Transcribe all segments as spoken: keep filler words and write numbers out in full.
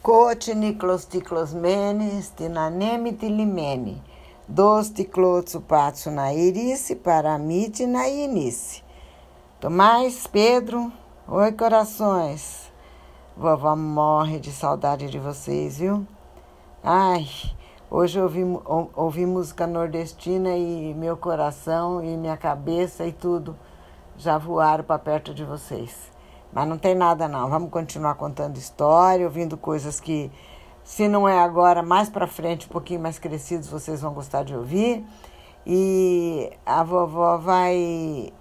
Cotiniclos ticlosmenes, tinaneme tilimene, dos ticlotsu patsu na irice, paramite na inice. Tomás, Pedro, oi corações. Vovó morre de saudade de vocês, viu? Ai, hoje eu ouvi, ouvi música nordestina e meu coração e minha cabeça e tudo já voaram para perto de vocês. Mas não tem nada não, vamos continuar contando história, ouvindo coisas que, se não é agora, mais para frente, um pouquinho mais crescidos, vocês vão gostar de ouvir. E a vovó vai,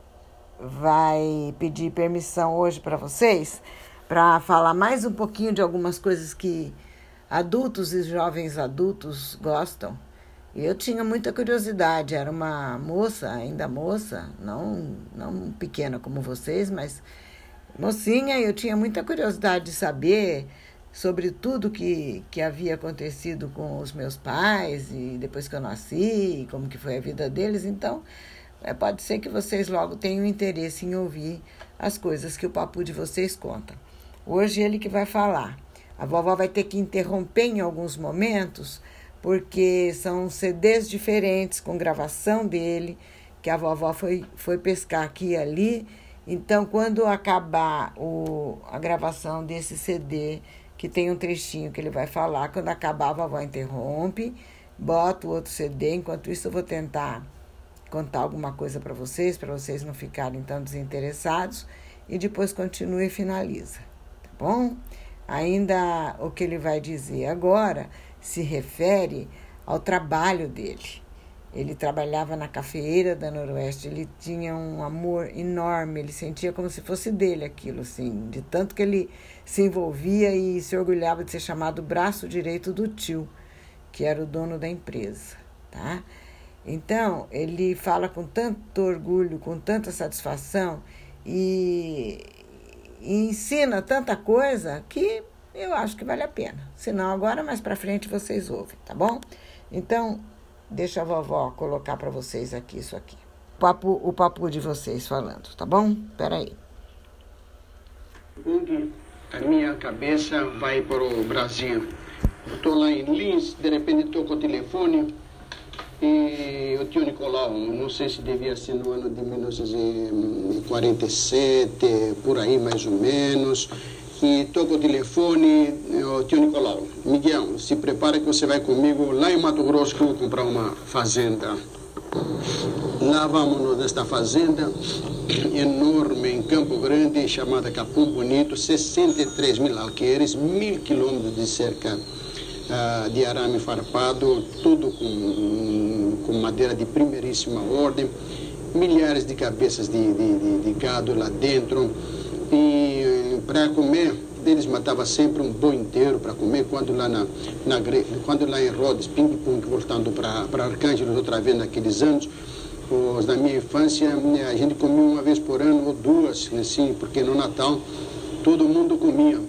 vai pedir permissão hoje para vocês, para falar mais um pouquinho de algumas coisas que adultos e jovens adultos gostam. E eu tinha muita curiosidade, era uma moça, ainda moça, não, não pequena como vocês, mas mocinha, eu tinha muita curiosidade de saber sobre tudo que, que havia acontecido com os meus pais e depois que eu nasci, como que foi a vida deles. Então, é, pode ser que vocês logo tenham interesse em ouvir as coisas que o papu de vocês conta. Hoje ele que vai falar. A vovó vai ter que interromper em alguns momentos, porque são C Ds diferentes com gravação dele, que a vovó foi, foi pescar aqui e ali. Então, quando acabar o, a gravação desse C D, que tem um trechinho que ele vai falar, quando acabar a vovó interrompe, bota o outro C D. Enquanto isso, eu vou tentar contar alguma coisa para vocês, para vocês não ficarem tão desinteressados, e depois continua e finaliza, tá bom? Ainda o que ele vai dizer agora se refere ao trabalho dele. Ele trabalhava na cafeeira da Noroeste, ele tinha um amor enorme, ele sentia como se fosse dele aquilo, assim, de tanto que ele se envolvia e se orgulhava de ser chamado braço direito do tio, que era o dono da empresa, tá? Então, ele fala com tanto orgulho, com tanta satisfação e, e ensina tanta coisa que eu acho que vale a pena. Se não, agora mais pra frente vocês ouvem, tá bom? Então, deixa a vovó colocar para vocês aqui isso aqui. O papo, o papo de vocês falando, tá bom? Espera aí. A minha cabeça vai para o Brasil. Estou lá em Lins, de repente toco o telefone e o tio Nicolau, não sei se devia ser no ano de mil novecentos e quarenta e sete, por aí mais ou menos. E toco o telefone, o tio Nicolau, Miguel, se prepara que você vai comigo lá em Mato Grosso que eu vou comprar uma fazenda. Lá vamos nesta fazenda enorme em Campo Grande, chamada Capão Bonito, sessenta e três mil alqueires, mil quilômetros de cerca uh, de arame farpado, tudo com, com madeira de primeiríssima ordem, milhares de cabeças de, de, de, de gado lá dentro. E para comer, eles matavam sempre um boi inteiro para comer. Quando lá, na, na, quando lá em Rhodes, ping-pong, voltando para Arcângelos outra vez naqueles anos, os, na minha infância, a gente comia uma vez por ano ou duas, assim, porque no Natal todo mundo comia.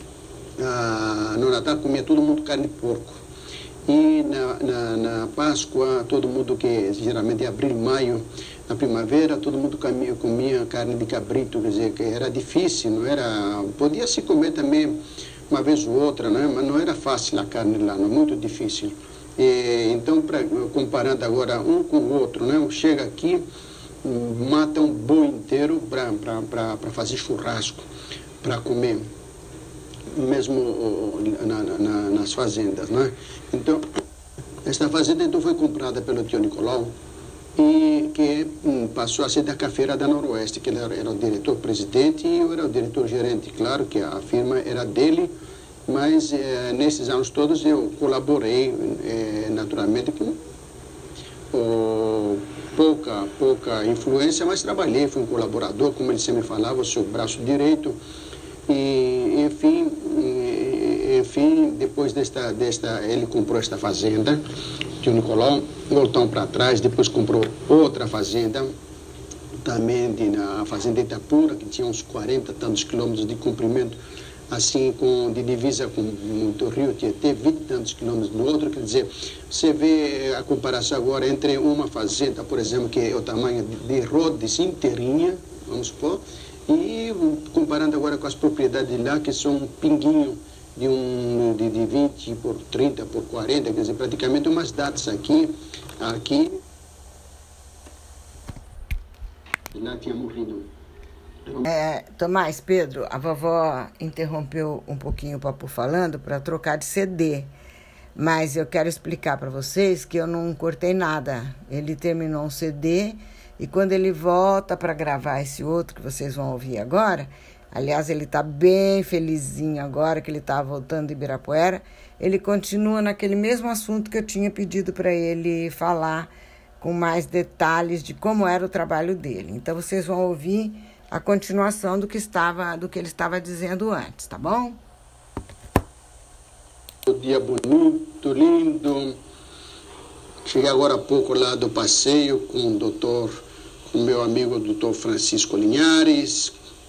Ah, no Natal comia todo mundo carne de porco. E na, na, na Páscoa, todo mundo que geralmente é abril, maio, na primavera, todo mundo comia, comia carne de cabrito, quer dizer, que era difícil, não era... Podia se comer também uma vez ou outra, né? Mas não era fácil a carne lá, não, muito difícil. E, então, pra, comparando agora um com o outro, né? Chega aqui, mata um boi inteiro para fazer churrasco, para comer, mesmo na, na, nas fazendas, né? Então, esta fazenda então foi comprada pelo tio Nicolau, e que hum, passou a ser da Cafeira da Noroeste, que ele era, era o diretor-presidente e eu era o diretor-gerente. Claro que a firma era dele, mas eh, nesses anos todos eu colaborei eh, naturalmente com oh, pouca, pouca influência, mas trabalhei, fui um colaborador, como ele sempre falava, o seu braço direito. E, enfim, enfim, depois desta, desta, ele comprou esta fazenda, tio Nicolau, voltou para trás, depois comprou outra fazenda, também de, na fazenda Itapura, que tinha uns quarenta tantos quilômetros de comprimento, assim, com, de divisa com o rio Tietê, vinte e tantos quilômetros do outro. Quer dizer, você vê a comparação agora entre uma fazenda, por exemplo, que é o tamanho de, de Rhodes inteirinha, vamos supor, e comparando agora com as propriedades de lá, que são um pinguinho de, um, de, de vinte por trinta por quarenta, quer dizer, praticamente umas datas aqui, aqui, lá tinha morrido. É, Tomás, Pedro, a vovó interrompeu um pouquinho o papo falando para trocar de C D, mas eu quero explicar para vocês que eu não cortei nada. Ele terminou um C D e quando ele volta para gravar esse outro que vocês vão ouvir agora, aliás, ele está bem felizinho agora que ele está voltando de Ibirapuera, ele continua naquele mesmo assunto que eu tinha pedido para ele falar com mais detalhes de como era o trabalho dele. Então, vocês vão ouvir a continuação do que, estava, do que ele estava dizendo antes, tá bom? Um dia bonito, lindo. Cheguei agora há pouco lá do passeio com o doutor, com o meu amigo doutor Francisco Linhares.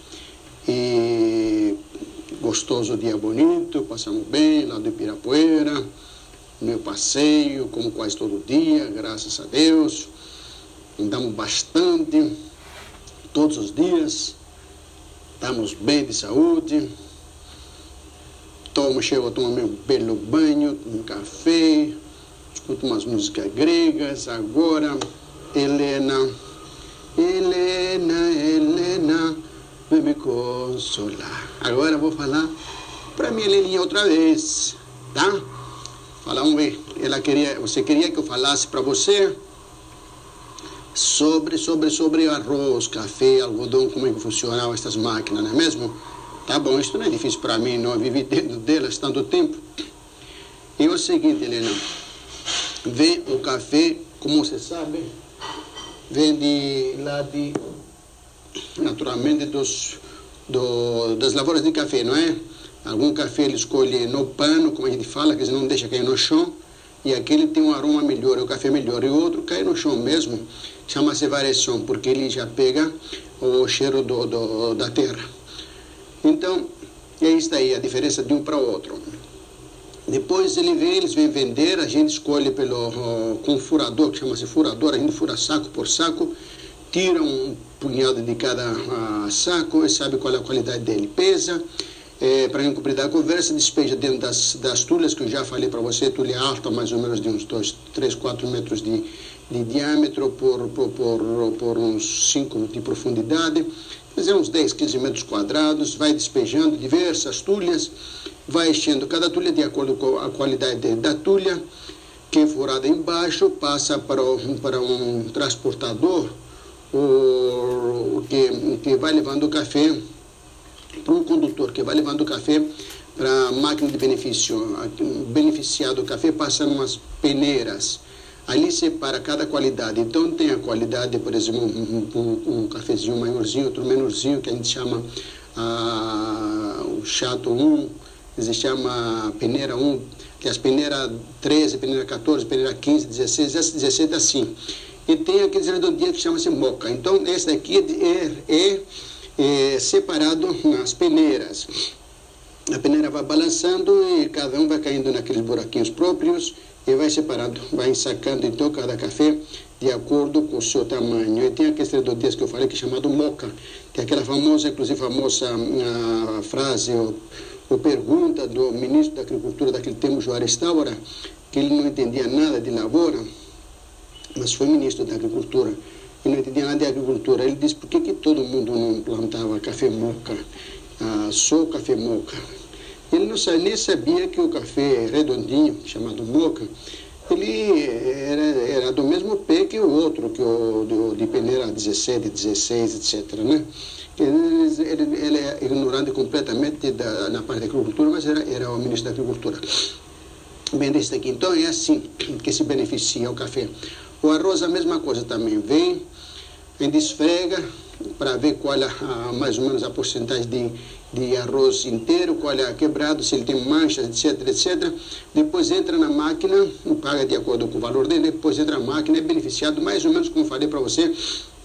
E gostoso dia bonito, passamos bem lá do Ibirapuera. Meu passeio, como quase todo dia, graças a Deus. Andamos bastante. Todos os dias, estamos bem de saúde, tomo, chego a tomar meu belo banho, um café, escuto umas músicas gregas. Agora, Helena, Helena, Helena, vem me consolar. Agora vou falar para minha Heleninha outra vez, tá? Falar um ver, ela queria, você queria que eu falasse para você sobre, sobre, sobre arroz, café, algodão, como é que funcionavam essas máquinas, não é mesmo? Tá bom, isso não é difícil para mim, não vivi dentro delas tanto tempo. E é o seguinte, Helena, vem o café, como você sabe, vem de lá de, naturalmente, dos, do, das lavouras de café, não é? Algum café ele escolhe no pano, como a gente fala, quer dizer, não deixa cair no chão, e aquele tem um aroma melhor, o café melhor, e o outro cai no chão mesmo, chama-se variação, porque ele já pega o cheiro do, do, da terra. Então, é isso aí, a diferença de um para o outro. Depois ele vem, eles vêm vender, a gente escolhe pelo, com um furador, que chama-se furador, a gente fura saco por saco, tira um punhado de cada uh, saco e sabe qual é a qualidade dele. Pesa, é, para não completar a conversa, despeja dentro das, das tulhas, que eu já falei para você, tulha alta, mais ou menos de uns dois, três, quatro metros de, de diâmetro por, por, por, por uns cinco de profundidade, quer dizer, uns dez, quinze metros quadrados, vai despejando diversas tulhas, vai enchendo cada tulha de acordo com a qualidade da tulha, que é furada embaixo, passa para, o, para um transportador o, que, que vai levando o café, para um condutor que vai levando o café para a máquina de benefício. O beneficiado do café passa em umas peneiras. Ali separa cada qualidade. Então tem a qualidade, por exemplo, um, um, um cafezinho maiorzinho, outro menorzinho, que a gente chama ah, o chato um, se chama peneira um, que é as peneiras treze, peneira quatorze, peneira quinze, dezesseis, essa dezessete assim. E tem aqueles redondinhos que chama-se moca. Então esse daqui é, é, é separado nas peneiras. A peneira vai balançando e cada um vai caindo naqueles buraquinhos próprios e vai separando, vai ensacando então cada café de acordo com o seu tamanho. E tem aqueles redondinhos que eu falei que é chamado moca, que é aquela famosa, inclusive famosa a frase ou, ou pergunta do ministro da Agricultura daquele tempo, Juarez Távora, que ele não entendia nada de lavoura, mas foi ministro da Agricultura e não entendia nada de agricultura. Ele disse, por que, que todo mundo não plantava café moca, ah, só café moca? Ele não sabia, nem sabia que o café redondinho, chamado moca, ele era, era do mesmo pé que o outro, que o do, de peneira dezessete, dezesseis, etcétera, né? Ele, ele, ele é ignorante completamente da, na parte da agricultura, mas era, era o ministro da Agricultura. Bem, desse daqui. Então é assim que se beneficia o café. O arroz a mesma coisa também. Vem, vem desfrega para ver qual é a, mais ou menos a porcentagem de, de arroz inteiro, qual é quebrado, se ele tem manchas, etc, etcétera. Depois entra na máquina, paga de acordo com o valor dele, depois entra na máquina, é beneficiado mais ou menos como falei para você,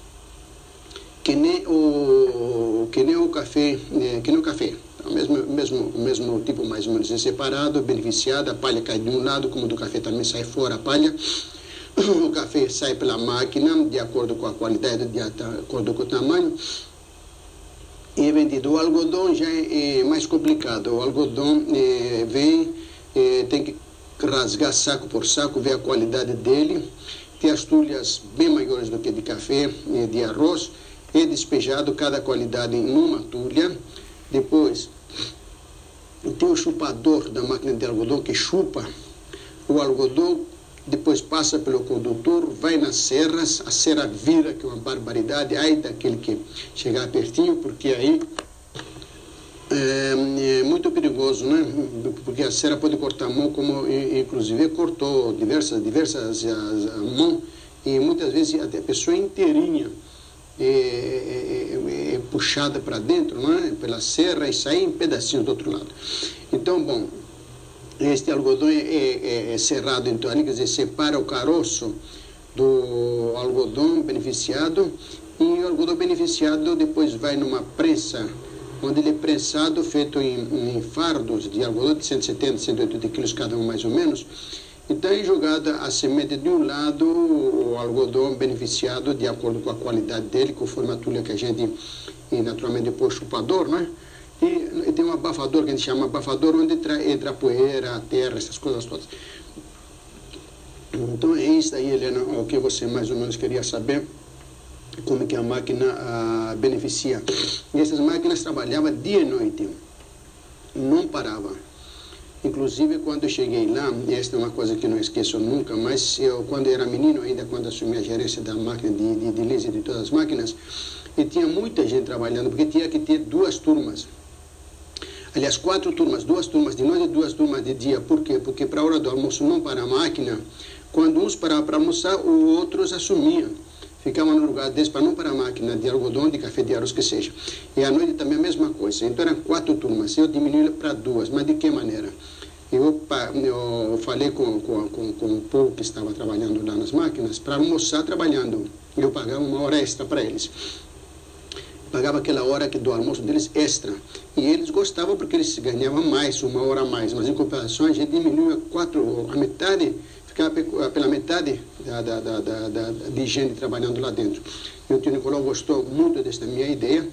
que nem o, que nem o café, é, que nem o café. O mesmo, mesmo, mesmo tipo mais ou menos é separado, beneficiado, a palha cai de um lado, como do café também sai fora a palha. O café sai pela máquina, de acordo com a qualidade, de acordo com o tamanho. e é vendido. O algodão já é, é mais complicado. O algodão é, vem, é, tem que rasgar saco por saco, ver a qualidade dele. Tem as tulhas bem maiores do que de café, de arroz. É despejado cada qualidade em uma tulha. Depois, tem o chupador da máquina de algodão que chupa o algodão, depois passa pelo condutor, vai nas serras, a serra vira, que é uma barbaridade, ai daquele que chegar pertinho, porque aí é, é muito perigoso, né? Porque a serra pode cortar a mão, como inclusive cortou diversas, diversas a, a mão, e muitas vezes até a pessoa inteirinha é, é, é puxada para dentro, né? Pela serra e sai em pedacinhos do outro lado. Então, bom, este algodão é, é, é serrado, então, ali, quer dizer, separa o caroço do algodão beneficiado, e o algodão beneficiado depois vai numa prensa, onde ele é prensado, feito em, em fardos de algodão de cento e setenta, cento e oitenta quilos cada um, mais ou menos. Então é jogada a semente de um lado, o algodão beneficiado de acordo com a qualidade dele, conforme a tulha que a gente, e naturalmente depois o chupador, né? E, e tem um abafador que a gente chama abafador, onde entra, entra a poeira, a terra, essas coisas todas. Então é isso aí, Helena, o que você mais ou menos queria saber, como que a máquina ah, beneficia. E essas máquinas trabalhavam dia e noite, não paravam. Inclusive, quando eu cheguei lá, e esta é uma coisa que não esqueço nunca, mas eu, quando era menino, ainda quando assumi a gerência da máquina de, de, de laser de todas as máquinas, e tinha muita gente trabalhando, porque tinha que ter duas turmas. Aliás, quatro turmas, duas turmas de noite e duas turmas de dia. Por quê? Porque para a hora do almoço não para a máquina. Quando uns paravam para almoçar, os outros assumiam. Ficavam no lugar deles para não parar a máquina de algodão, de café, de arroz, que seja. E à noite também a mesma coisa. Então eram quatro turmas. Eu diminui para duas. Mas de que maneira? Eu, eu falei com, com, com, com o povo que estava trabalhando lá nas máquinas para almoçar trabalhando. Eu pagava uma hora extra para eles. Pagava aquela hora que do almoço deles extra. E eles gostavam porque eles ganhavam mais, uma hora a mais. Mas em compensação a gente diminuiu a, quatro, a metade, ficava pela metade da, da, da, da, da, de gente trabalhando lá dentro. E o tio Nicolau gostou muito desta minha ideia,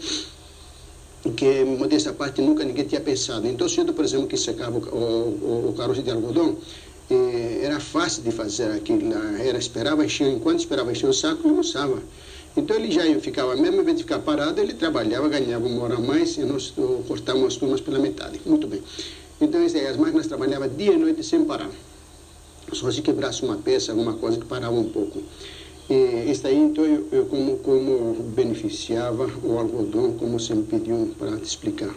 que modesta parte nunca ninguém tinha pensado. Então, cedo, por exemplo, que secava o, o, o caroço de algodão, eh, era fácil de fazer aquilo. Era, esperava encher, enquanto esperava encher o saco, ele almoçava. Então ele já ficava, mesmo em vez de ficar parado, ele trabalhava, ganhava uma hora a mais, e nós cortávamos as turmas pela metade. Muito bem. Então as máquinas trabalhavam dia e noite sem parar. Só se quebrasse uma peça, alguma coisa que parava um pouco. E isso aí, então, eu, eu como, como beneficiava o algodão, como você me pediu para te explicar.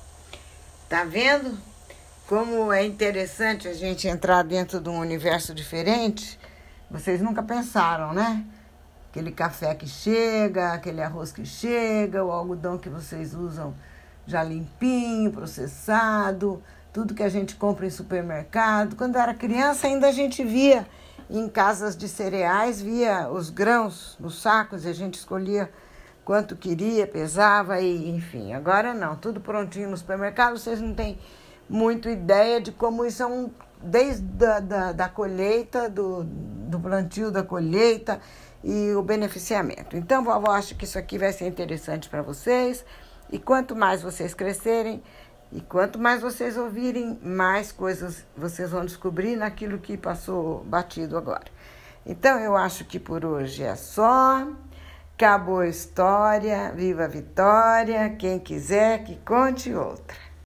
Tá vendo como é interessante a gente entrar dentro de um universo diferente? Vocês nunca pensaram, né? Aquele café que chega, aquele arroz que chega, o algodão que vocês usam já limpinho, processado, tudo que a gente compra em supermercado. Quando eu era criança, ainda a gente via em casas de cereais, via os grãos nos sacos e a gente escolhia quanto queria, pesava e enfim. Agora não, tudo prontinho no supermercado, vocês não têm muito ideia de como isso é um, desde a da, da colheita, do, do plantio da colheita, e o beneficiamento. Então, vovó acha que isso aqui vai ser interessante para vocês, e quanto mais vocês crescerem, e quanto mais vocês ouvirem, mais coisas vocês vão descobrir naquilo que passou batido agora. Então, eu acho que por hoje é só. Acabou a história, viva a vitória, quem quiser que conte outra.